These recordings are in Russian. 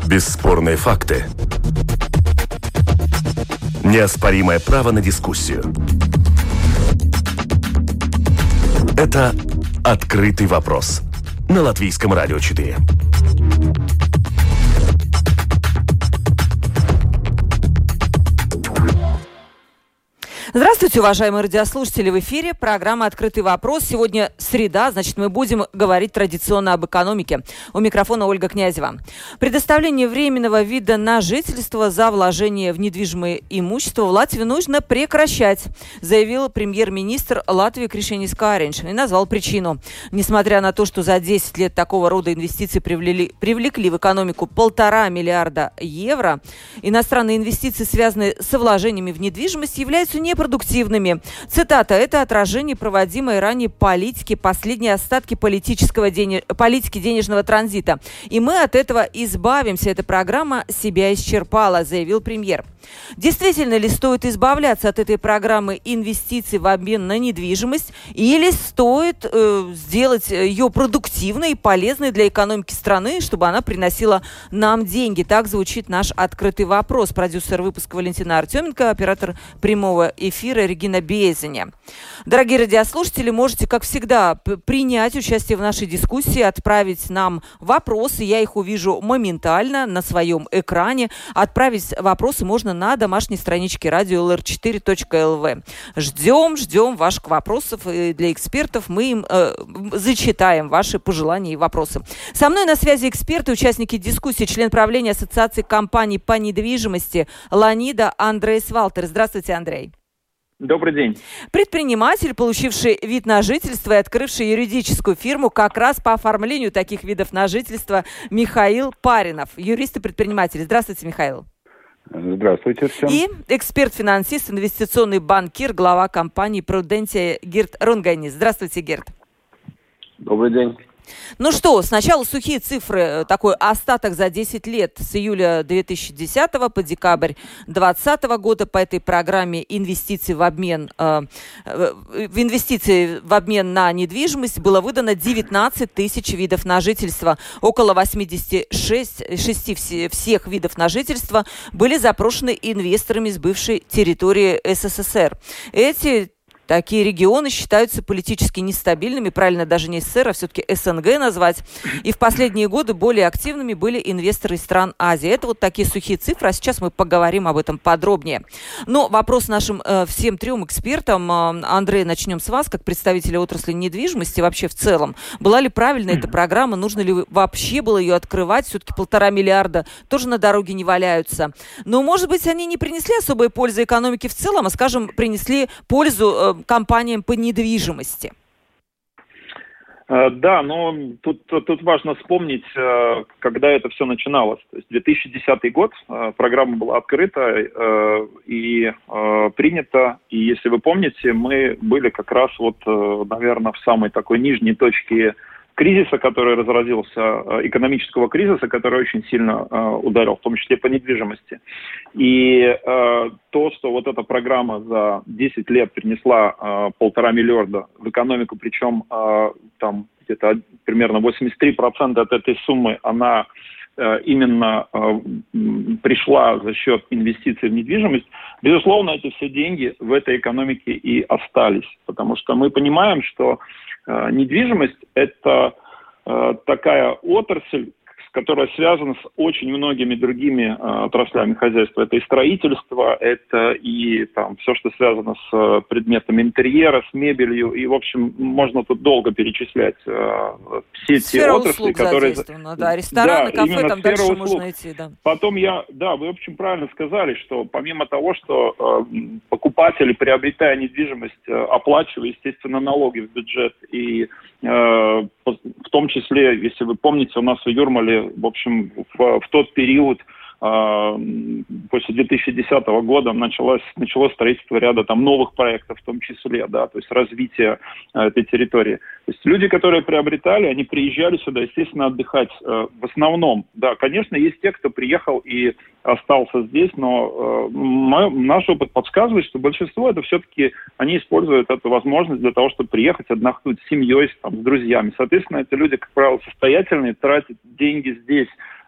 Бесспорные факты. Неоспоримое право на дискуссию. Это «Открытый вопрос» на Латвийском радио 4. Здравствуйте, уважаемые радиослушатели! В эфире программа «Открытый вопрос». Сегодня среда, значит, мы будем говорить традиционно об экономике. У микрофона Ольга Князева. Предоставление временного вида на жительство за вложение в недвижимое имущество в Латвии нужно прекращать, заявил премьер-министр Латвии Кришьянис Кариньш и назвал причину. Несмотря на то, что за 10 лет такого рода инвестиции привлекли в экономику 1,5 миллиарда евро, иностранные инвестиции, связанные со вложениями в недвижимость, являются непродуктивными. Цитата: «Это отражение проводимой ранее политики, последние остатки политики денежного транзита. И мы от этого избавимся. Эта программа себя исчерпала», заявил премьер. Действительно ли стоит избавляться от этой программы инвестиций в обмен на недвижимость, или стоит сделать ее продуктивной и полезной для экономики страны, чтобы она приносила нам деньги? Так звучит наш открытый вопрос. Продюсер выпуска Валентина Артеменко, оператор прямого эфира Регина Безеня. Дорогие радиослушатели, можете, как всегда, принять участие в нашей дискуссии, отправить нам вопросы. Я их увижу моментально на своем экране. Отправить вопросы можно на домашней страничке радио lr4.lv. Ждем ваших вопросов. И для экспертов мы им зачитаем ваши пожелания и вопросы. Со мной на связи эксперты, участники дискуссии, член правления Ассоциации компаний по недвижимости Ланида Андрейс Валтер. Здравствуйте, Андрей. Добрый день. Предприниматель, получивший вид на жительство и открывший юридическую фирму как раз по оформлению таких видов на жительство, Михаил Паринов, юрист и предприниматель. Здравствуйте, Михаил. Здравствуйте всем. И эксперт-финансист, инвестиционный банкир, глава компании Prudential Герт Рунганис. Здравствуйте, Герт. Добрый день. Ну что, сначала сухие цифры, такой остаток за 10 лет с июля 2010 по декабрь 2020 года по этой программе инвестиций в обмен на недвижимость было выдано 19 тысяч видов на жительство. Около 86 всех видов на жительство были запрошены инвесторами с бывшей территории СССР. Такие регионы считаются политически нестабильными, правильно даже не СССР, а все-таки СНГ назвать. И в последние годы более активными были инвесторы из стран Азии. Это вот такие сухие цифры, а сейчас мы поговорим об этом подробнее. Но вопрос нашим всем трем экспертам. Андрей, начнем с вас, как представителя отрасли недвижимости вообще в целом. Была ли правильная эта программа? Нужно ли вообще было ее открывать? Все-таки 1,5 миллиарда тоже на дороге не валяются. Но, может быть, они не принесли особой пользы экономике в целом, а, скажем, принесли пользу компаниям по недвижимости. Да, но тут важно вспомнить, когда это все начиналось. То есть 2010 год, программа была открыта и принята. И если вы помните, мы были как раз наверное, в самой такой нижней точке кризиса, который разразился, экономического кризиса, который очень сильно ударил, в том числе по недвижимости. И то, что вот эта программа за 10 лет принесла 1,5 миллиарда в экономику, причем там где-то примерно 83% от этой суммы, она именно пришла за счет инвестиций в недвижимость, безусловно, эти все деньги в этой экономике и остались. Потому что мы понимаем, что недвижимость – это такая отрасль, которая связана с очень многими другими отраслями хозяйства. Это и строительство, это и все, что связано с предметами интерьера, с мебелью. И, в общем, можно тут долго перечислять все эти отрасли, которые... Да, рестораны, кафе, там дальше услуг. Можно идти. Да. Потом вы очень правильно сказали, что помимо того, что покупатели, приобретая недвижимость, оплачивают, естественно, налоги в бюджет. И в том числе, если вы помните, у нас в Юрмале, в общем, в тот период, после 2010 года, началось строительство ряда новых проектов, в том числе, то есть развитие этой территории. То есть люди, которые приобретали, они приезжали сюда, естественно, отдыхать. В основном, конечно, есть те, кто приехал и остался здесь, но наш опыт подсказывает, что большинство это все-таки, они используют эту возможность для того, чтобы приехать отдохнуть с семьей, с друзьями. Соответственно, эти люди, как правило, состоятельные, тратят деньги здесь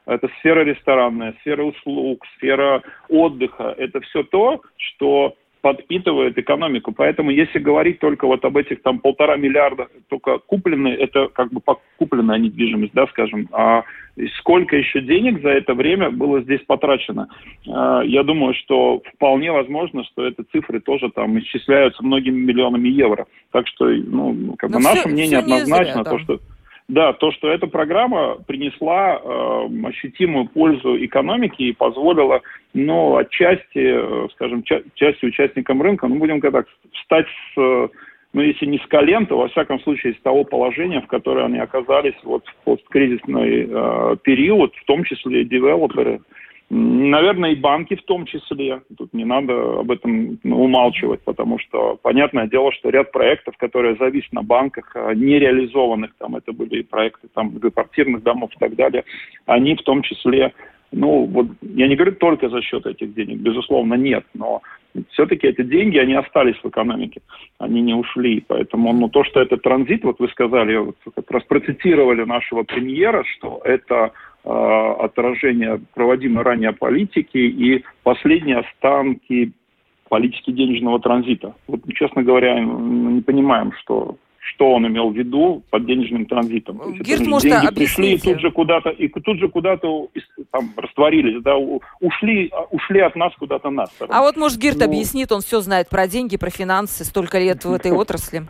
это сфера ресторанная, сфера услуг, сфера отдыха. Это все то, что подпитывает экономику. Поэтому если говорить только вот об этих там 1,5 миллиарда, только купленные, это как бы купленная недвижимость, да, скажем, а сколько еще денег за это время было здесь потрачено? Я думаю, что вполне возможно, что эти цифры тоже там исчисляются многими миллионами евро. Так что, ну, как бы наше мнение однозначно, то, что эта программа принесла ощутимую пользу экономике и позволила, ну, отчасти, скажем, части участникам рынка, ну, будем так, встать ну, если не с колен, то, во всяком случае, с того положения, в которое они оказались вот в посткризисный период, в том числе и девелоперы, наверное, и банки в том числе. Тут не надо об этом умалчивать, потому что понятное дело, что ряд проектов, которые зависят на банках, нереализованных, там это были проекты там многоквартирных домов и так далее, они в том числе, ну, вот я не говорю только за счет этих денег, безусловно, нет, но все-таки эти деньги, они остались в экономике, они не ушли, поэтому, ну, то, что это транзит, вот вы сказали, вот как раз процитировали нашего премьера, что это отражение проводимой ранее политики и последние останки политики денежного транзита. Вот, честно говоря, не понимаем, что он имел в виду под денежным транзитом. Гирт, может, деньги объясните. Пришли и тут же куда-то там растворились, да, ушли от нас куда-то на сторону. А вот, может, Гирт объяснит, он все знает про деньги, про финансы, столько лет в этой отрасли.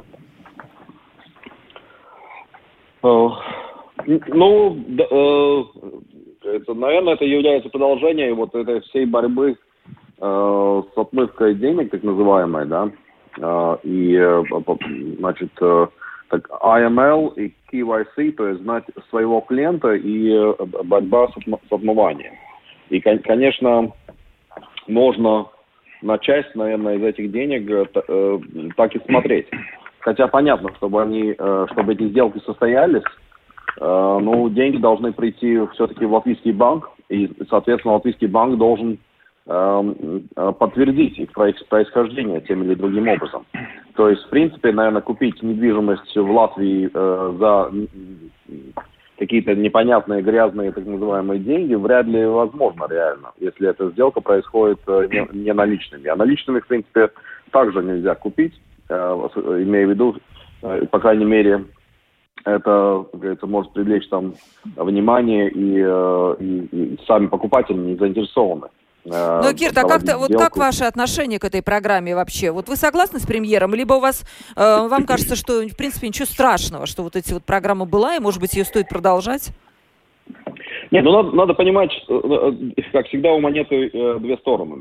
Ну, это, наверное, это является продолжением вот этой всей борьбы с отмывкой денег, так называемой, да, и, значит, так, AML и KYC, то есть знать своего клиента и борьба с отмыванием. И, конечно, можно на часть, наверное, из этих денег так и смотреть. Хотя понятно, чтобы эти сделки состоялись, ну, деньги должны прийти все-таки в Латвийский банк, и, соответственно, Латвийский банк должен подтвердить их происхождение тем или другим образом. То есть, в принципе, наверное, купить недвижимость в Латвии за какие-то непонятные грязные так называемые деньги вряд ли возможно реально, если эта сделка происходит не наличными. А наличными, в принципе, также нельзя купить, имея в виду, по крайней мере, это, как говорится, может привлечь там внимание, и сами покупатели не заинтересованы. Но, Гирт, а как ваше отношение к этой программе вообще? Вот вы согласны с премьером? Либо у вас, вам кажется, что, в принципе, ничего страшного, что вот эти вот программа была, и, может быть, ее стоит продолжать? Нет, ну надо понимать, как всегда, у монеты две стороны,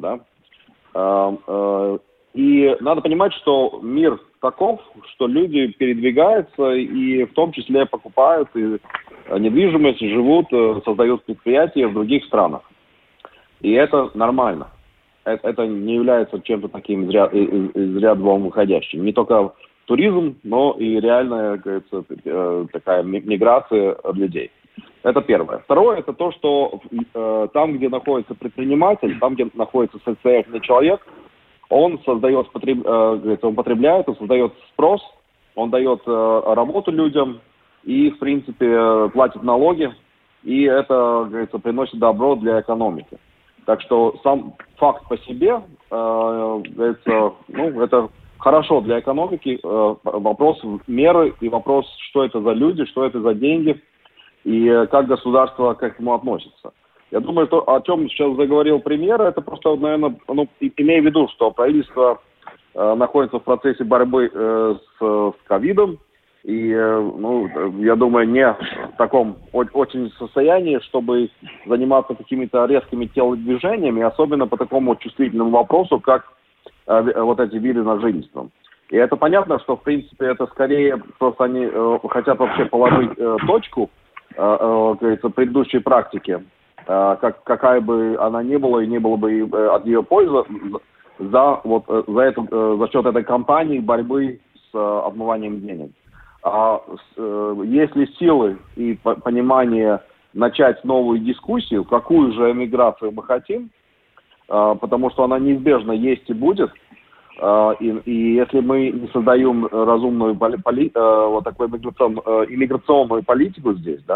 да? И надо понимать, что мир таков, что люди передвигаются и в том числе покупают и недвижимость, живут, создают предприятия в других странах. И это нормально. Это не является чем-то таким из ряда вон выходящим. Не только туризм, но и реальная, как говорится, такая миграция людей. Это первое. Второе, это то, что там, где находится предприниматель, там, где находится социальный человек, он создает, он потребляет, он создает спрос, он дает работу людям и, в принципе, платит налоги, и это, говорится, приносит добро для экономики. Так что сам факт по себе, говорится, ну, это хорошо для экономики. Вопрос меры и вопрос, что это за люди, что это за деньги и как государство к этому относится. Я думаю, то, о чем сейчас заговорил премьер, это просто, наверное, ну, имея в виду, что правительство находится в процессе борьбы с ковидом, и, ну, я думаю, не в таком очень состоянии, чтобы заниматься какими-то резкими телодвижениями, особенно по такому чувствительному вопросу, как вот эти виды на жительство. И это понятно, что, в принципе, это скорее просто они хотят вообще положить точку, как говорится, предыдущей практике, какая бы она ни была, и не было бы от ее пользы за счет этой кампании борьбы с отмыванием денег. А есть ли силы и понимание начать новую дискуссию, какую же эмиграцию мы хотим, потому что она неизбежно есть и будет, и если мы не создаем разумную вот такую иммиграционную политику здесь, да,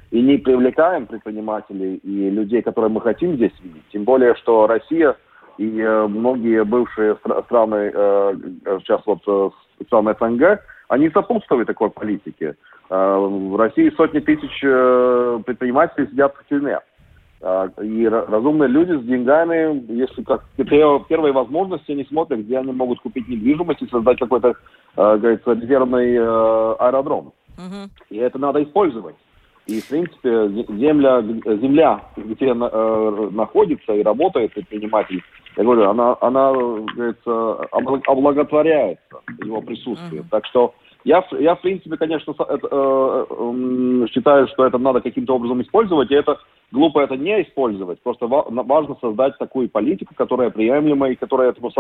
и не привлекаем предпринимателей и людей, которые мы хотим здесь видеть. Тем более, что Россия и многие бывшие страны, сейчас вот страны СНГ, они сопутствуют такой политике. В России сотни тысяч предпринимателей сидят в тюрьме. И разумные люди с деньгами, если как первые возможности, они смотрят, где они могут купить недвижимость и создать какой-то, говорится, резервный аэродром. И это надо использовать. И, в принципе, земля где находится и работает предприниматель, я говорю, она говорится, облаготворяется его присутствием. Так что я, в принципе, конечно, считаю, что это надо каким-то образом использовать, и это глупо это не использовать. Просто важно создать такую политику, которая приемлема и которая этому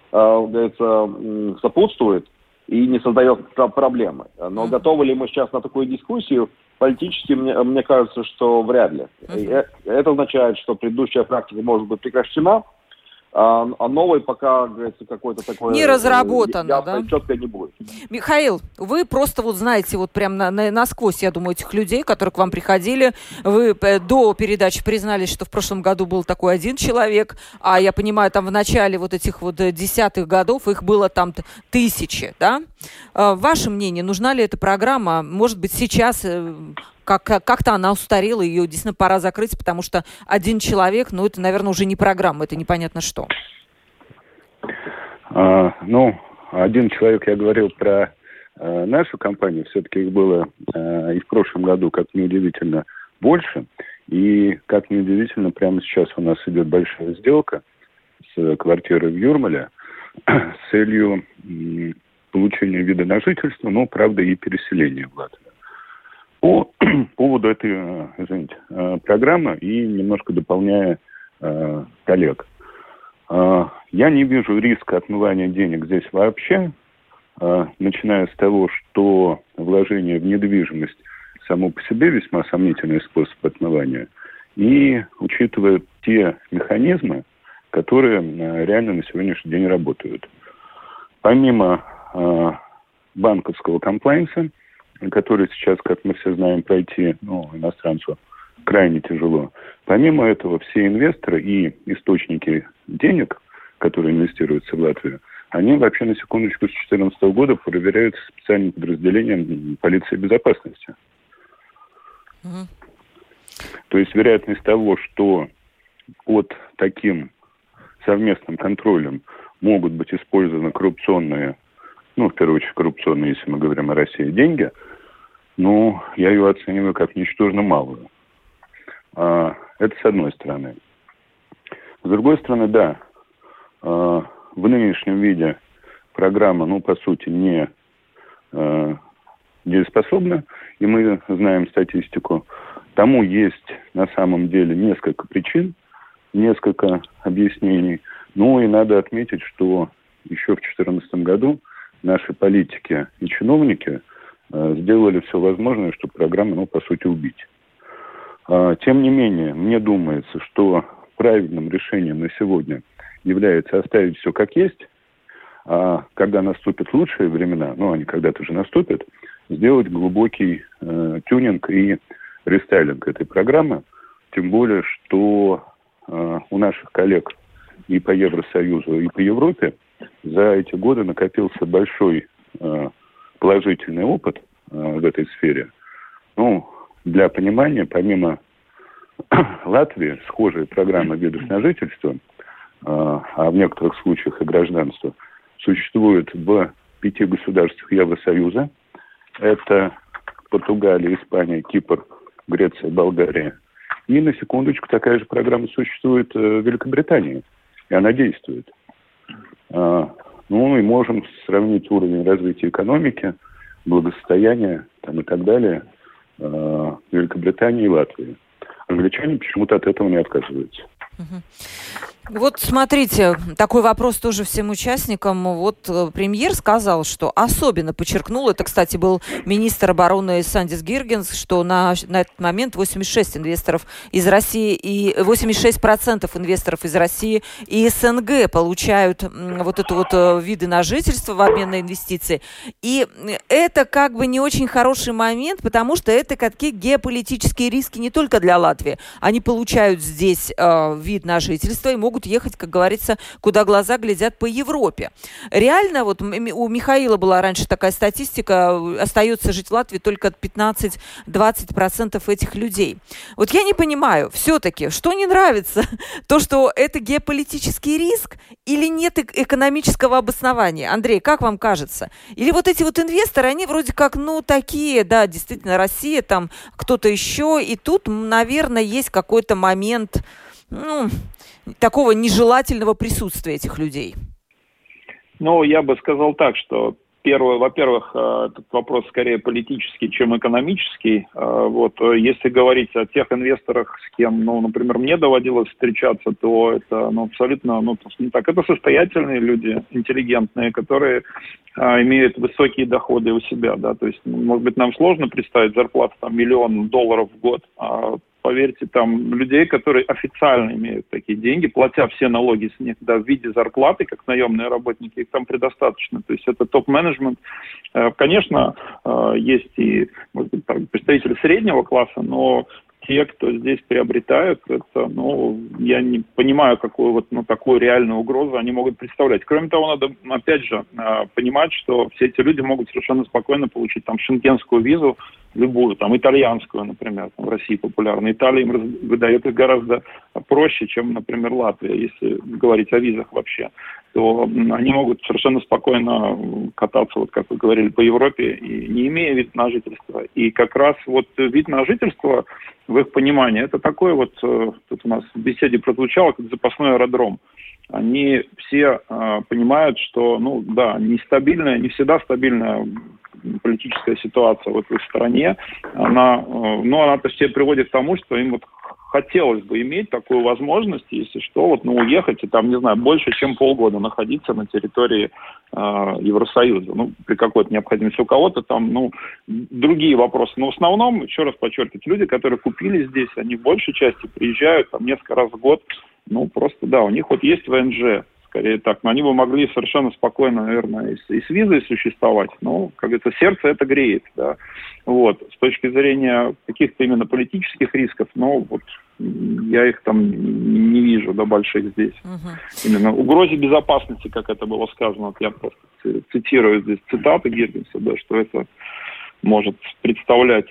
сопутствует и не создает проблемы. Но готовы ли мы сейчас на такую дискуссию? Политически, мне кажется, что вряд ли. Это означает, что предыдущая практика может быть прекращена, а новой пока, говорится, какой-то такой... Не разработано, ясной, да? четкой не будет. Михаил, вы просто вот знаете вот прям насквозь, я думаю, этих людей, которые к вам приходили. Вы до передачи признались, что в прошлом году был такой один человек, а я понимаю, там в начале вот этих вот десятых годов их было там тысячи, да? Ваше мнение, нужна ли эта программа? Может быть, сейчас... Как-то она устарела, ее действительно пора закрыть, потому что один человек, ну, это, наверное, уже не программа, это непонятно что. Один человек, я говорил про нашу компанию, все-таки их было и в прошлом году, как неудивительно, больше. И, как неудивительно, прямо сейчас у нас идет большая сделка с квартирой в Юрмале с целью получения вида на жительство, но, правда, и переселения в Латвию. По поводу этой, программы и немножко дополняя коллег. Я не вижу риска отмывания денег здесь вообще, начиная с того, что вложение в недвижимость само по себе весьма сомнительный способ отмывания, и учитывая те механизмы, которые реально на сегодняшний день работают. Помимо банковского комплайнса, который сейчас, как мы все знаем, пройти иностранцу крайне тяжело. Помимо этого, все инвесторы и источники денег, которые инвестируются в Латвию, они вообще, на секундочку, с 2014 года проверяются специальным подразделением полиции безопасности. То есть вероятность того, что под таким совместным контролем могут быть использованы коррупционные, в первую очередь коррупционные, если мы говорим о России, деньги, я ее оцениваю как ничтожно малую. Это с одной стороны. С другой стороны, да, в нынешнем виде программа, по сути, не дееспособна, и мы знаем статистику. Тому есть на самом деле несколько причин, несколько объяснений. И надо отметить, что еще в 2014 году наши политики и чиновники сделали все возможное, чтобы программу, по сути, убить. Тем не менее, мне думается, что правильным решением на сегодня является оставить все как есть, а когда наступят лучшие времена, они когда-то же наступят, сделать глубокий тюнинг и рестайлинг этой программы, тем более, что у наших коллег и по Евросоюзу, и по Европе за эти годы накопился большой положительный опыт в этой сфере. Для понимания, помимо Латвии, схожие программы видов на жительство, а в некоторых случаях и гражданство, существуют в 5 государствах Евросоюза. Это Португалия, Испания, Кипр, Греция, Болгария. И, на секундочку, такая же программа существует в Великобритании. И она действует. И можем сравнить уровень развития экономики, благосостояния и так далее Великобритании и Латвии. Англичане почему-то от этого не отказываются. Вот смотрите, такой вопрос тоже всем участникам. Вот премьер сказал, что особенно подчеркнул, это, кстати, был министр обороны Сандис Гиргенс, что на этот момент 86 инвесторов из России и 86% инвесторов из России и СНГ получают вот это вот виды на жительство в обмен на инвестиции. И это как бы не очень хороший момент, потому что это какие геополитические риски не только для Латвии. Они получают здесь вид на жительство и могут ехать, как говорится, куда глаза глядят по Европе. Реально, вот у Михаила была раньше такая статистика, остается жить в Латвии только 15-20% этих людей. Вот я не понимаю, все-таки, что не нравится? То, что это геополитический риск или нет экономического обоснования? Андрей, как вам кажется? Или вот эти вот инвесторы, они вроде как, такие, да, действительно, Россия, там кто-то еще, и тут, наверное, есть какой-то момент, такого нежелательного присутствия этих людей? Я бы сказал так, что первое, во-первых, этот вопрос скорее политический, чем экономический. Если говорить о тех инвесторах, с кем, например, мне доводилось встречаться, то это, абсолютно, так, это состоятельные люди, интеллигентные, которые имеют высокие доходы у себя, да, то есть, может быть, нам сложно представить зарплату $1 миллион в год, поверьте, там людей, которые официально имеют такие деньги, платя все налоги с них, да, в виде зарплаты, как наемные работники, их там предостаточно. То есть это топ-менеджмент. Конечно, есть и, может быть, представители среднего класса, но те, кто здесь приобретают, это, я не понимаю, какую такую реальную угрозу они могут представлять. Кроме того, надо, опять же, понимать, что все эти люди могут совершенно спокойно получить там шенгенскую визу, любую, там, итальянскую, например, в России популярна. Италия им выдает их гораздо проще, чем, например, Латвия, если говорить о визах вообще. То они могут совершенно спокойно кататься, вот как вы говорили, по Европе, и не имея вид на жительство. И как раз вид на жительство, в их понимании, это такой тут у нас в беседе прозвучало, как запасной аэродром. Они все понимают, что, нестабильная, не всегда стабильная политическая ситуация в их стране, она все приводит к тому, что им хотелось бы иметь такую возможность, если что, уехать и там, не знаю, больше, чем полгода находиться на территории Евросоюза. При какой-то необходимости. У кого-то там, другие вопросы. Но в основном, еще раз подчеркиваю, люди, которые купили здесь, они в большей части приезжают там несколько раз в год. Просто, да, у них есть ВНЖ, скорее так. Но они бы могли совершенно спокойно, наверное, и с визой существовать. Как говорится, сердце это греет, да. С точки зрения каких-то именно политических рисков, я их там не вижу, больших здесь. Именно угрозе безопасности, как это было сказано, я просто цитирую здесь цитаты Гиргенса, да, что это может представлять,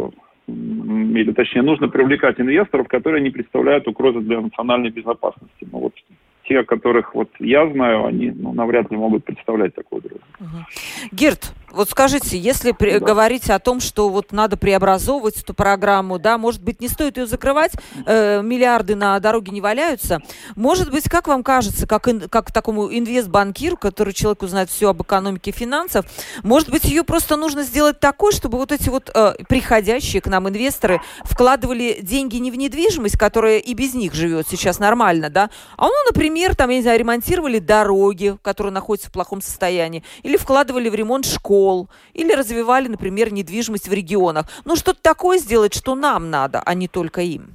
или точнее, нужно привлекать инвесторов, которые не представляют угрозы для национальной безопасности. Те, которых я знаю, они навряд ли могут представлять такую угрозу. Гирт, скажите, если говорить о том, что надо преобразовывать эту программу, да, может быть, не стоит ее закрывать, миллиарды на дороге не валяются. Может быть, как вам кажется, как такому инвестбанкиру, который человеку знает все об экономике и финансах, может быть, ее просто нужно сделать такой, чтобы эти приходящие к нам инвесторы вкладывали деньги не в недвижимость, которая и без них живет сейчас нормально, да, например, там, я не знаю, ремонтировали дороги, которые находятся в плохом состоянии, или вкладывали в ремонт школ, или развивали, например, недвижимость в регионах. Что-то такое сделать, что нам надо, а не только им.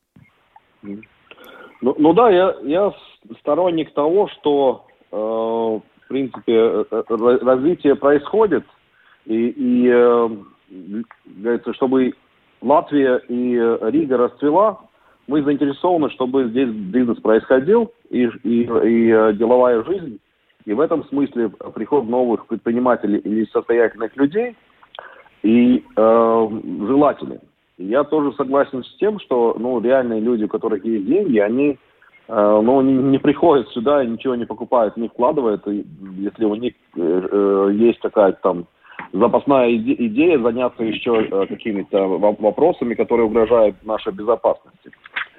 Я сторонник того, что, в принципе, развитие происходит, и говорится, чтобы Латвия и Рига расцвела, мы заинтересованы, чтобы здесь бизнес происходил и деловая жизнь. И в этом смысле приход новых предпринимателей или состоятельных людей и желателен. Я тоже согласен с тем, что реальные люди, у которых есть деньги, они не приходят сюда и ничего не покупают, не вкладывают. И если у них есть какая-то там запасная идея заняться еще какими-то вопросами, которые угрожают нашей безопасности.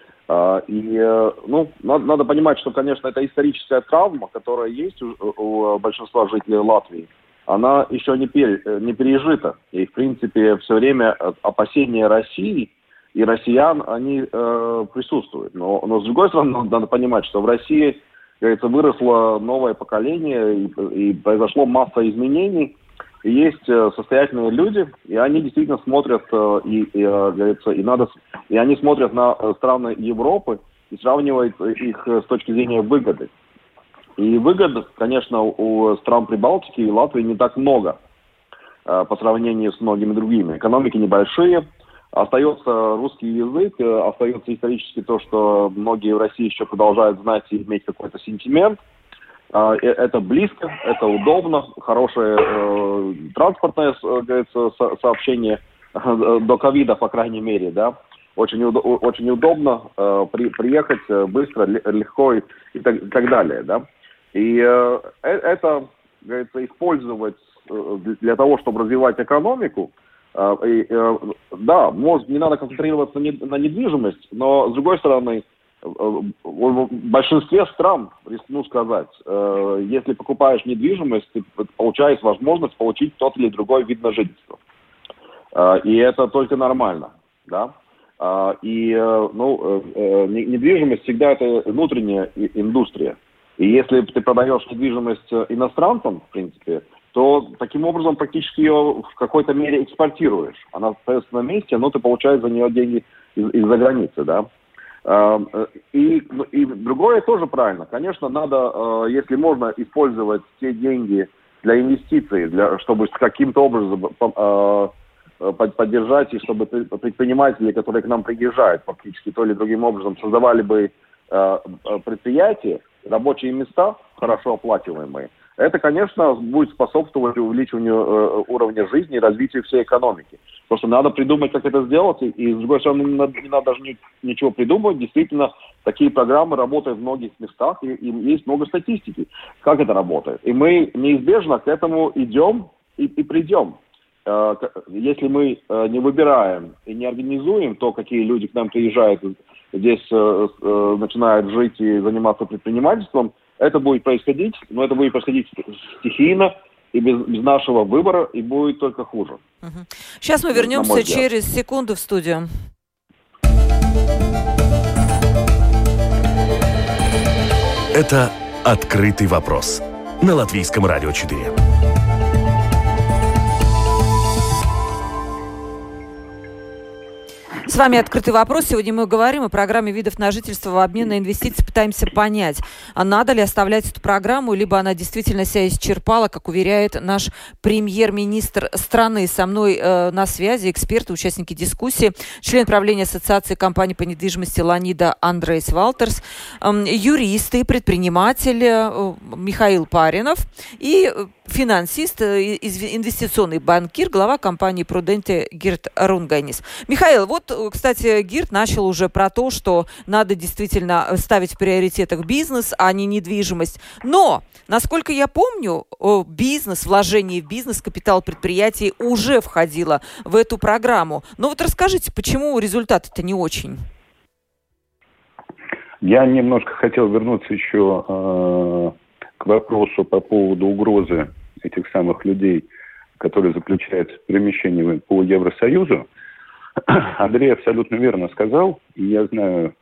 Надо понимать, что, конечно, это историческая травма, которая есть у большинства жителей Латвии. Она еще не пережита. И, в принципе, все время опасения России и россиян, они присутствуют. Но с другой стороны, надо понимать, что в России, как говорится, выросло новое поколение, и произошло масса изменений. И есть состоятельные люди, и они действительно смотрят, и они смотрят на страны Европы и сравнивают их с точки зрения выгоды. И выгод, конечно, у стран Прибалтики и Латвии не так много по сравнению с многими другими. Экономики небольшие, остается русский язык, остается исторически то, что многие в России еще продолжают знать и иметь какой-то сентимент. Это близко, это удобно, хорошее транспортное, говорится, сообщение до ковида, по крайней мере, да. Очень удобно приехать быстро, легко и так далее, да. И это, говорится, использовать для того, чтобы развивать экономику. Да, может, не надо концентрироваться на недвижимость, но, с другой стороны, в большинстве стран, рискну сказать, если покупаешь недвижимость, ты получаешь возможность получить тот или другой вид на жительство. И это только нормально, да. Недвижимость всегда это внутренняя индустрия. И если ты продаешь недвижимость иностранцам, в принципе, то таким образом практически ее в какой-то мере экспортируешь. Она остается на месте, но ты получаешь за нее деньги из-за границы, да. И другое тоже правильно. Конечно, надо, если можно, использовать те деньги для инвестиций, чтобы каким-то образом поддержать, и чтобы предприниматели, которые к нам приезжают, фактически то или другим образом, создавали бы предприятия, рабочие места, хорошо оплачиваемые. Это, конечно, будет способствовать увеличиванию уровня жизни и развитию всей экономики. Просто надо придумать, как это сделать, и с другой стороны, не надо даже ничего придумывать. Действительно, такие программы работают в многих местах, и есть много статистики, как это работает. И мы неизбежно к этому идем и придем. Если мы не выбираем и не организуем то, какие люди к нам приезжают, здесь начинают жить и заниматься предпринимательством, это будет происходить, но это будет происходить стихийно и без нашего выбора, и будет только хуже. Сейчас мы вернемся через секунду в студию. Это «Открытый вопрос» на Латвийском радио 4. С вами «Открытый вопрос». Сегодня мы говорим о программе видов на жительство в обмен на инвестиции. Пытаемся понять, а надо ли оставлять эту программу, либо она действительно себя исчерпала, как уверяет наш премьер-министр страны. Со мной на связи эксперты, участники дискуссии, член правления Ассоциации компаний по недвижимости Ланида Андрейс Валтерс, юрист и предприниматель Михаил Паринов и финансист, инвестиционный банкир, глава компании Prudente Гирт Рунганис. Михаил, вот, кстати, Гирт начал уже про то, что надо действительно ставить в приоритетах бизнес, а не недвижимость. Но, насколько я помню, бизнес, вложение в бизнес, капитал предприятий уже входило в эту программу. Но вот расскажите, почему результаты-то не очень? Я немножко хотел вернуться еще к вопросу по поводу угрозы этих самых людей, которые заключаются в перемещении по Евросоюзу. Андрей абсолютно верно сказал, и я знаю,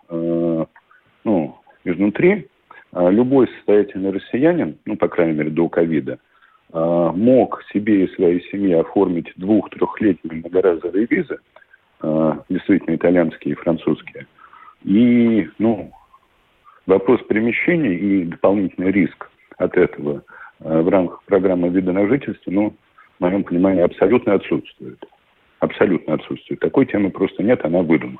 изнутри, любой состоятельный россиянин, по крайней мере, до ковида, мог себе и своей семье оформить 2-3-летние многоразовые визы, действительно итальянские и французские. И, вопрос перемещения и дополнительный риск от этого в рамках программы вида на жительство, в моем понимании, абсолютно отсутствует. Абсолютно отсутствует. Такой темы просто нет, она выдумана.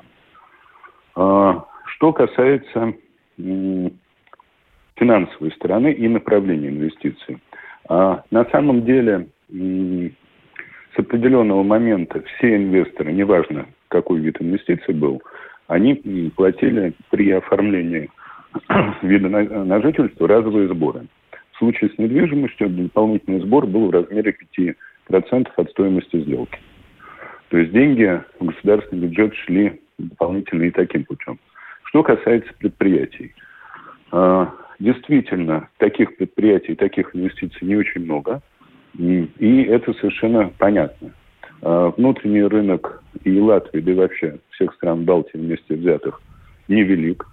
Что касается финансовой стороны и направления инвестиций. На самом деле, с определенного момента все инвесторы, неважно, какой вид инвестиций был, они платили при оформлении вида на жительство разовые сборы. В случае с недвижимостью дополнительный сбор был в размере 5% от стоимости сделки. То есть деньги в государственный бюджет шли дополнительно и таким путем. Что касается предприятий. Действительно, таких предприятий, таких инвестиций не очень много. И это совершенно понятно. Внутренний рынок и Латвии, да и вообще всех стран Балтии вместе взятых, невелик.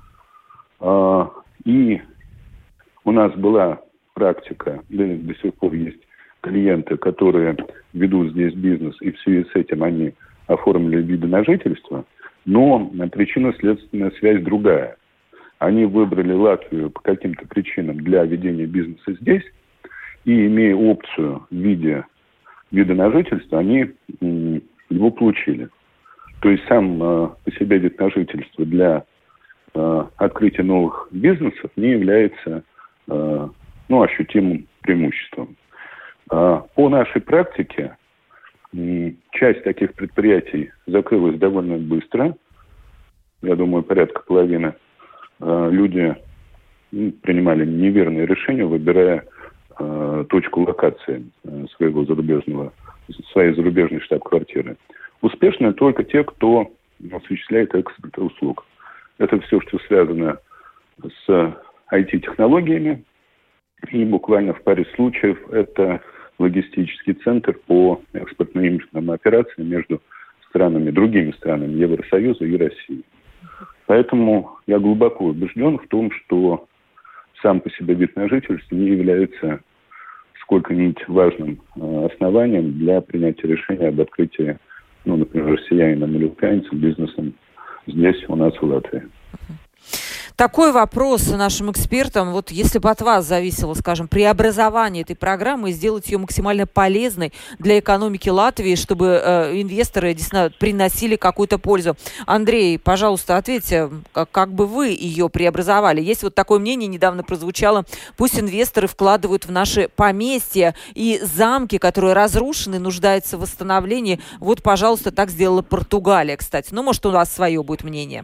И у нас была практика, да и до сих пор есть клиенты, которые ведут здесь бизнес, и в связи с этим они оформили виды на жительство, но причинно-следственная связь другая. Они выбрали Латвию по каким-то причинам для ведения бизнеса здесь, и имея опцию в виде вида на жительство, они его получили. То есть сам по себе вид на жительство для открытия новых бизнесов не является ощутимым преимуществом. По нашей практике часть таких предприятий закрылась довольно быстро. Я думаю, порядка половины. Люди принимали неверные решения, выбирая точку локации своей зарубежной штаб-квартиры. Успешны только те, кто осуществляет экспорт услуг. Это все, что связано с IT-технологиями. И буквально в паре случаев это логистический центр по экспортно-импортным операциям между другими странами Евросоюза и России. Поэтому я глубоко убежден в том, что сам по себе вид на жительство не является сколько-нибудь важным основанием для принятия решения об открытии, например, россиянинам или украинцам бизнесом здесь у нас в Латвии. Такой вопрос нашим экспертам. Вот если бы от вас зависело, скажем, преобразование этой программы и сделать ее максимально полезной для экономики Латвии, чтобы инвесторы действительно приносили какую-то пользу. Андрей, пожалуйста, ответьте, как бы вы ее преобразовали? Есть вот такое мнение, недавно прозвучало, пусть инвесторы вкладывают в наши поместья и замки, которые разрушены, нуждаются в восстановлении. Вот, пожалуйста, так сделала Португалия, кстати. Может, у вас свое будет мнение?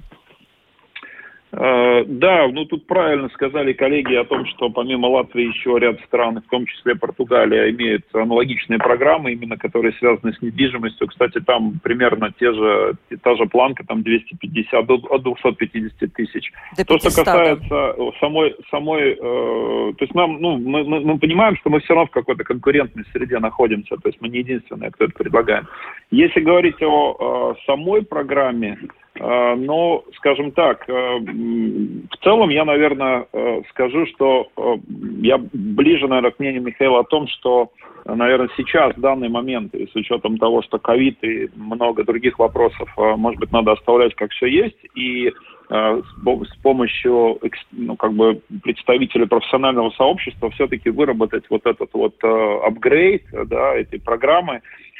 Да, тут правильно сказали коллеги о том, что помимо Латвии еще ряд стран, в том числе Португалия, имеют аналогичные программы, именно которые связаны с недвижимостью. Кстати, там примерно та же планка, там 250 от 250 тысяч. То, что касается самой, то есть мы понимаем, что мы все равно в какой-то конкурентной среде находимся, то есть мы не единственные, кто это предлагаем. Если говорить о самой программе, скажем так, в целом я, наверное, скажу, что я ближе, наверное, к мнению Михаила о том, что, наверное, сейчас, в данный момент, и с учетом того, что ковид и много других вопросов, может быть, надо оставлять как все есть, и с помощью представителей профессионального сообщества все-таки выработать вот этот апгрейд, этой программы.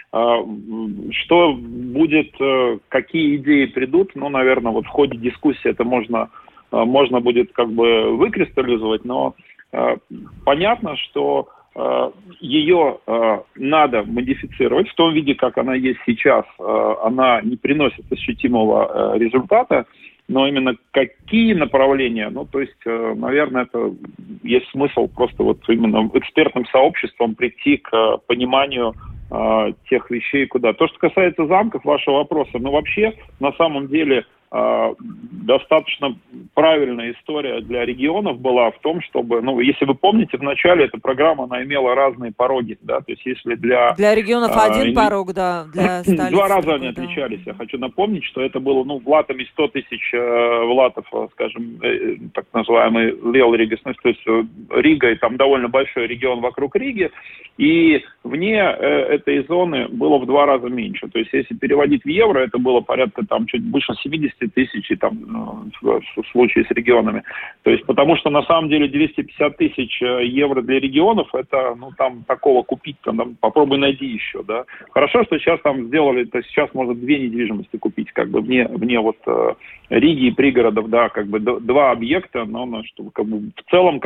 Что будет, какие идеи придут, наверное, в ходе дискуссии это можно будет выкристаллизовать, но понятно, что ее надо модифицировать в том виде, как она есть сейчас. Она не приносит ощутимого результата, но именно какие направления, наверное, это есть смысл просто именно экспертным сообществом прийти к пониманию тех вещей, куда. То, что касается замков, вашего вопроса, вообще, на самом деле, достаточно правильная история для регионов была в том, чтобы, если вы помните, в начале эта программа, она имела разные пороги, да, то есть если для регионов один порог, да, для столицы. Два раза они отличались. Я хочу напомнить, что это было, в Латвии 100 тысяч латов, скажем, так называемый Лел-Рига, то есть Рига, и там довольно большой регион вокруг Риги, и вне этой зоны было в 2 раза меньше. То есть если переводить в евро, это было порядка чуть больше 70 тысяч в случае с регионами. То есть потому что на самом деле 250 тысяч евро для регионов, это там такого купить, попробуй найди еще, да. Хорошо, что сейчас там сделали, то сейчас можно 2 недвижимости купить, вне Риги и пригородов, да, 2 объекта, но чтобы в целом,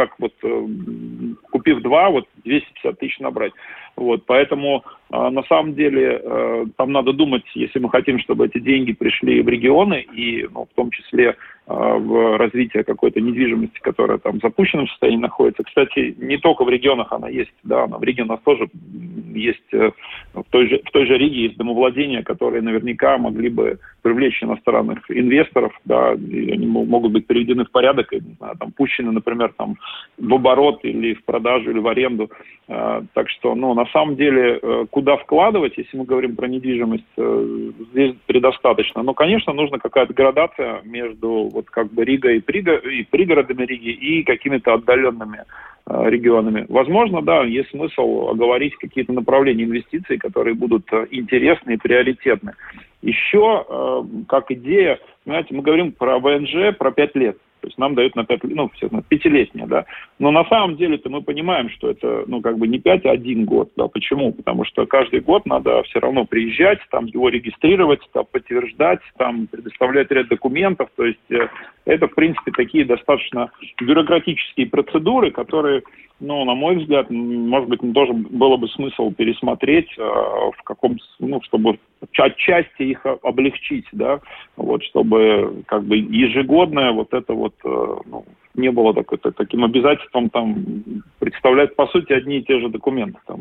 купив 2, 250 тысяч набрать. Поэтому на самом деле там надо думать, если мы хотим, чтобы эти деньги пришли в регионы и в том числе в развитие какой-то недвижимости, которая там в запущенном состоянии находится. Кстати, не только в регионах она есть, да, в Риге у нас тоже есть, в той же Риге есть домовладения, которые наверняка могли бы привлечь иностранных инвесторов, да, и они могут быть приведены в порядок, и, не знаю, там, пущены, например, там, в оборот или в продажу, или в аренду. Так что, на самом деле, куда вкладывать, если мы говорим про недвижимость, здесь предостаточно. Но, конечно, нужна какая-то градация между вот как бы Ригой и пригородами Риги и какими-то отдаленными регионами. Возможно, да, есть смысл оговорить какие-то направления инвестиций, которые будут интересны и приоритетны. Еще, как идея, знаете, мы говорим про ВНЖ, про 5 лет. То есть нам дают на 5 лет, 5-летнее, да. Но на самом деле-то мы понимаем, что это, не 5, а 1 год, да. Почему? Потому что каждый год надо все равно приезжать, там его регистрировать, там подтверждать, там предоставлять ряд документов. То есть это, в принципе, такие достаточно бюрократические процедуры, которые, на мой взгляд, может быть, тоже было бы смысл пересмотреть в каком, чтобы отчасти их облегчить, да, вот, чтобы как бы ежегодное вот это вот не было таким обязательством там представлять, по сути, одни и те же документы там.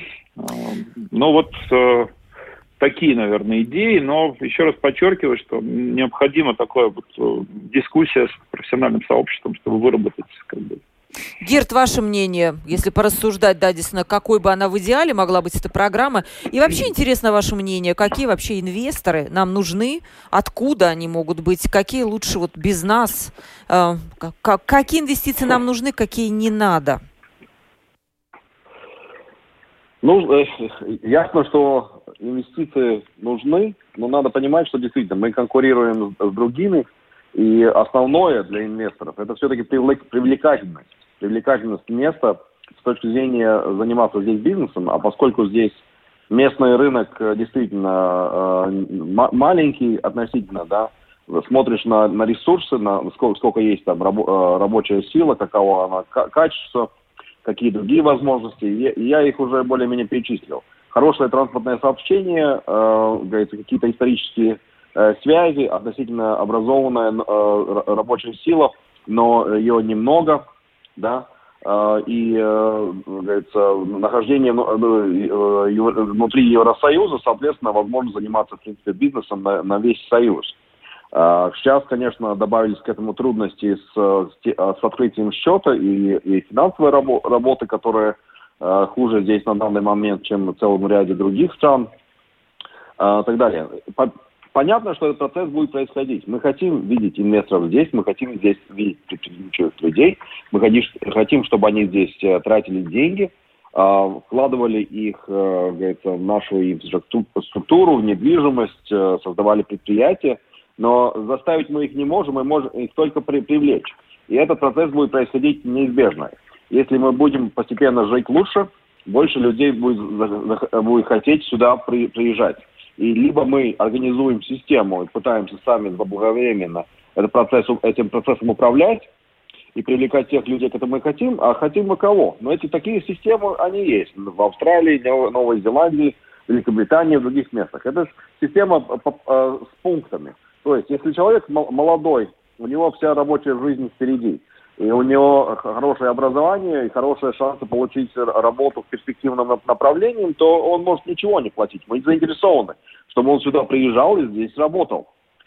Такие, наверное, идеи, но еще раз подчеркиваю, что необходима такая вот дискуссия с профессиональным сообществом, чтобы выработать Герт, ваше мнение, если порассуждать, да, действительно, какой бы она в идеале могла быть эта программа? И вообще интересно ваше мнение, какие вообще инвесторы нам нужны, откуда они могут быть, какие лучше вот без нас, какие инвестиции нам нужны, какие не надо? Ясно, что инвестиции нужны, но надо понимать, что действительно мы конкурируем с другими, и основное для инвесторов это все-таки привлекательность места с точки зрения заниматься здесь бизнесом, а поскольку здесь местный рынок действительно маленький относительно, да, смотришь на ресурсы, на сколько есть там рабочая сила, каково она качество, какие другие возможности, я их уже более-менее перечислил. Хорошее транспортное сообщение, какие-то исторические связи, относительно образованная рабочая сила, но ее немного, да, и, нахождение внутри Евросоюза, соответственно, возможно заниматься, в принципе, бизнесом на весь Союз. Сейчас, конечно, добавились к этому трудности с открытием счета и финансовой работы, которая хуже здесь на данный момент, чем в целом ряде других стран, и так далее. Понятно, что этот процесс будет происходить. Мы хотим видеть инвесторов здесь, мы хотим здесь видеть предприимчивых людей, мы хотим, чтобы они здесь тратили деньги, вкладывали их, в нашу инфраструктуру, в недвижимость, создавали предприятия, но заставить мы их не можем, мы можем их только привлечь. И этот процесс будет происходить неизбежно. Если мы будем постепенно жить лучше, больше людей будет хотеть сюда приезжать. И либо мы организуем систему и пытаемся сами заблаговременно этим процессом управлять и привлекать тех людей, которые мы хотим, а хотим мы кого? Но такие системы, они есть в Австралии, Новой Зеландии, Великобритании, в других местах. Это система с пунктами. То есть, если человек молодой, у него вся рабочая жизнь впереди, и у него хорошее образование и хорошие шансы получить работу в перспективном направлении, то он может ничего не платить. Мы заинтересованы, чтобы он сюда приезжал и здесь работал.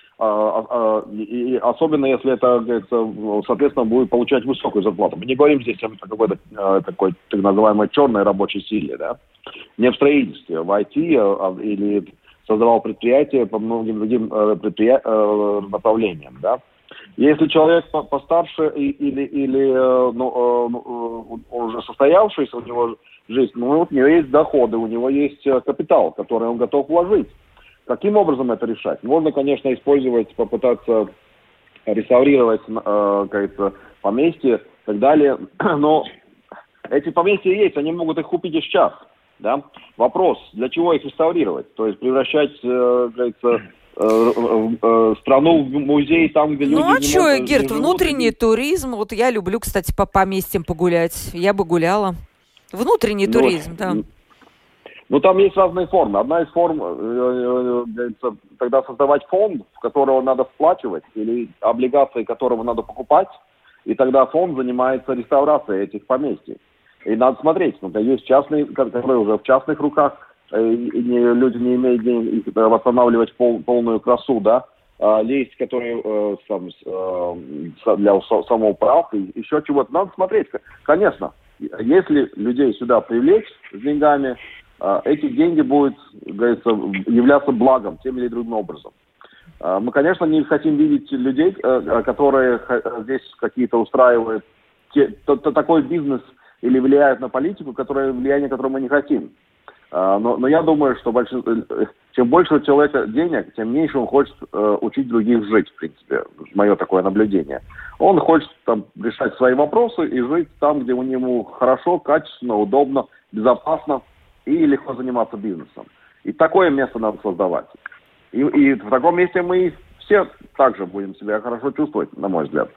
И особенно если это, соответственно, будет получать высокую зарплату. Мы не говорим здесь о какой-то такой так называемой черной рабочей силе, да? Не в строительстве, в IT или создавал предприятия по многим другим направлениям, да? Если человек постарше или он уже состоявшийся, у него жизнь, у него есть доходы, у него есть капитал, который он готов вложить. Каким образом это решать? Можно, конечно, попытаться реставрировать поместья и так далее, но эти поместья есть, они могут их купить и сейчас. Да? Вопрос, для чего их реставрировать? То есть превращать, страну в музей, там, где люди... Ну, а что, Герт, внутренний туризм, вот я люблю, кстати, по поместьям погулять, я бы гуляла. Внутренний туризм, да. Там есть разные формы. Одна из форм, тогда создавать фонд, в которого надо вплачивать, или облигации, которого надо покупать, и тогда фонд занимается реставрацией этих поместий. И надо смотреть, есть частные, которые уже в частных руках, люди не имеют денег восстанавливать полную красу, да, есть, которые для самоуправки, еще чего-то. Надо смотреть, конечно. Если людей сюда привлечь с деньгами, эти деньги будут, говорится, являться благом тем или другим образом. Мы, конечно, не хотим видеть людей, которые здесь какие-то устраивают такой бизнес или влияют на политику, влияние которое мы не хотим. Но я думаю, что чем больше у человека денег, тем меньше он хочет учить других жить, в принципе. Мое такое наблюдение. Он хочет там решать свои вопросы и жить там, где у него хорошо, качественно, удобно, безопасно и легко заниматься бизнесом. И такое место надо создавать. И в таком месте мы все также будем себя хорошо чувствовать, на мой взгляд.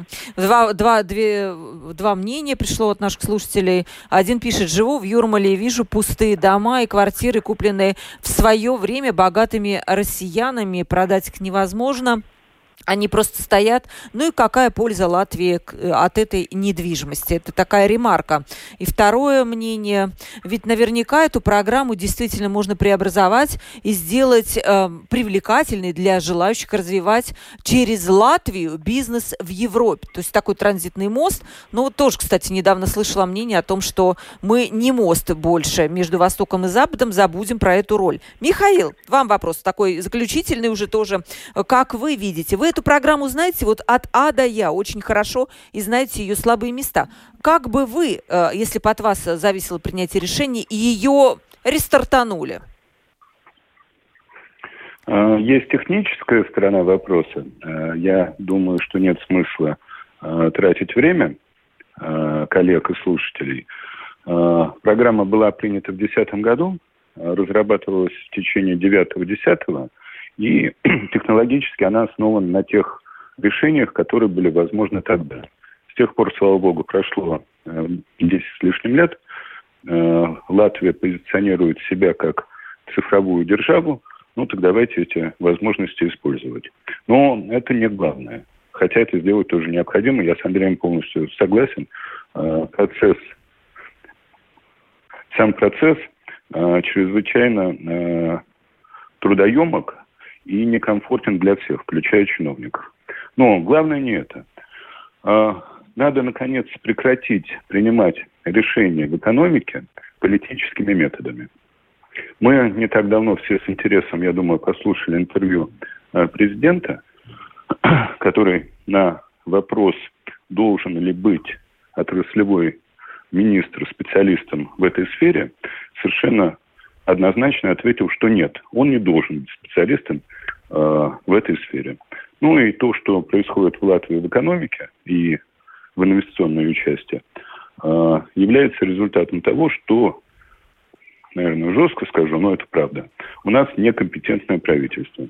Два мнения пришло от наших слушателей. Один пишет: живу в Юрмале и вижу пустые дома и квартиры, купленные в свое время богатыми россиянами. Продать их невозможно. Они просто стоят. Ну и какая польза Латвии от этой недвижимости? Это такая ремарка. И второе мнение. Ведь наверняка эту программу действительно можно преобразовать и сделать привлекательной для желающих развивать через Латвию бизнес в Европе. То есть такой транзитный мост. Ну вот тоже, кстати, недавно слышала мнение о том, что мы не мост больше между Востоком и Западом, забудем про эту роль. Михаил, вам вопрос такой заключительный уже тоже. Как вы видите? Вы эту программу знаете вот от А до Я очень хорошо и знаете ее слабые места. Как бы вы, если бы от вас зависело принятие решений, ее рестартанули? Есть техническая сторона вопроса. Я думаю, что нет смысла тратить время коллег и слушателей. Программа была принята в 2010 году, разрабатывалась в течение 9-10, и технологически она основана на тех решениях, которые были возможны тогда. С тех пор, слава богу, прошло 10 с лишним лет. Латвия позиционирует себя как цифровую державу. Ну, так давайте эти возможности использовать. Но это не главное. Хотя это сделать тоже необходимо. Я с Андреем полностью согласен. Сам процесс чрезвычайно трудоемок и некомфортен для всех, включая чиновников. Но главное не это. Надо, наконец, прекратить принимать решения в экономике политическими методами. Мы не так давно все с интересом, я думаю, послушали интервью президента, который на вопрос, должен ли быть отраслевой министр специалистом в этой сфере, совершенно однозначно ответил, что нет, он не должен быть специалистом в этой сфере. Ну и то, что происходит в Латвии в экономике и в инвестиционной ее части, является результатом того, что, наверное, жестко скажу, но это правда, у нас некомпетентное правительство.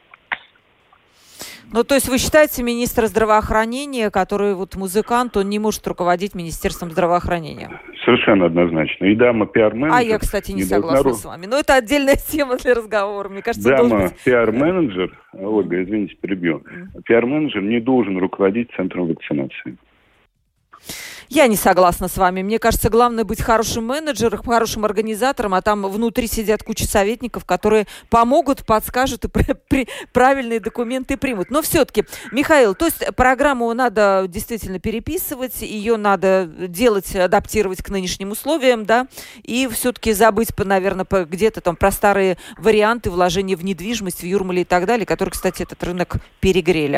Ну, то есть вы считаете, министра здравоохранения, который вот музыкант, он не может руководить Министерством здравоохранения? Совершенно однозначно. И дама пиар-менеджер... А я, кстати, не согласна с вами. Но это отдельная тема для разговора. Мне кажется, дама пиар-менеджер, Ольга, извините, перебью. Пиар-менеджер не должен руководить центром вакцинации. Я не согласна с вами. Мне кажется, главное быть хорошим менеджером, хорошим организатором, а там внутри сидят куча советников, которые помогут, подскажут и правильные документы примут. Но все-таки, Михаил, то есть программу надо действительно переписывать, ее надо делать, адаптировать к нынешним условиям, да, и все-таки забыть, наверное, где-то там про старые варианты вложения в недвижимость, в Юрмале и так далее, которые, кстати, этот рынок перегрели.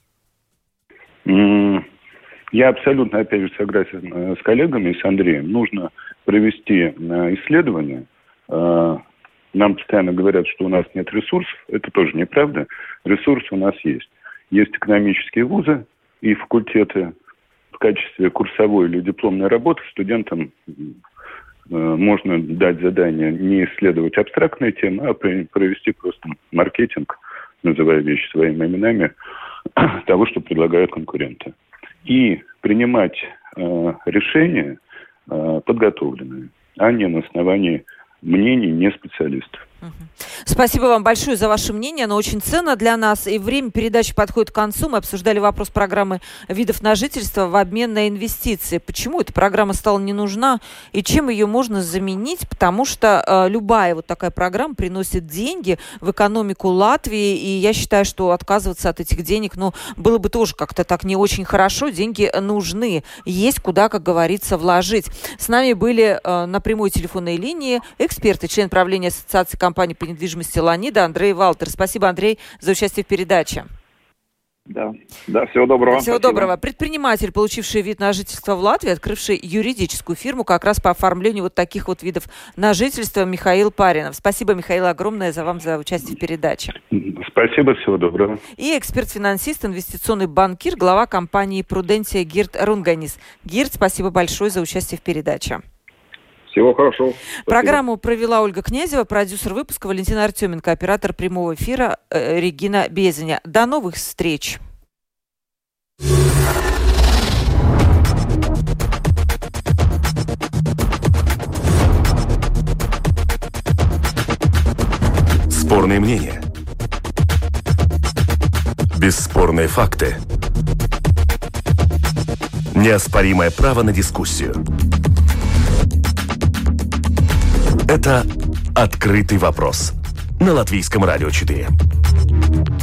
Я абсолютно, опять же, согласен с коллегами, с Андреем. Нужно провести исследование. Нам постоянно говорят, что у нас нет ресурсов. Это тоже неправда. Ресурсы у нас есть. Есть экономические вузы и факультеты. В качестве курсовой или дипломной работы студентам можно дать задание не исследовать абстрактные темы, а провести просто маркетинг, называя вещи своими именами, того, что предлагают конкуренты. И принимать решения подготовленные, а не на основании мнений не специалистов. Спасибо вам большое за ваше мнение. Оно очень ценно для нас. И время передачи подходит к концу. Мы обсуждали вопрос программы видов на жительство в обмен на инвестиции. Почему эта программа стала не нужна и чем ее можно заменить? Потому что любая вот такая программа приносит деньги в экономику Латвии. И я считаю, что отказываться от этих денег, было бы тоже как-то так не очень хорошо. Деньги нужны. Есть куда, как говорится, вложить. С нами были на прямой телефонной линии эксперты, член правления Ассоциации компаний по недвижимости «Ланида» Андрей Валтер. Спасибо, Андрей, за участие в передаче. Да, всего доброго. Всего доброго. Предприниматель, получивший вид на жительство в Латвии, открывший юридическую фирму как раз по оформлению вот таких вот видов на жительство, Михаил Паринов. Спасибо, Михаил, огромное за участие в передаче. Спасибо, всего доброго. И эксперт-финансист, инвестиционный банкир, глава компании «Пруденция» Гирт Рунганис. Гирт, спасибо большое за участие в передаче. Всего хорошо. Спасибо. Программу провела Ольга Князева, продюсер выпуска Валентина Артеменко, оператор прямого эфира Регина Безеня. До новых встреч! Спорные мнения. Бесспорные факты. Неоспоримое право на дискуссию. Это «Открытый вопрос» на Латвийском радио 4.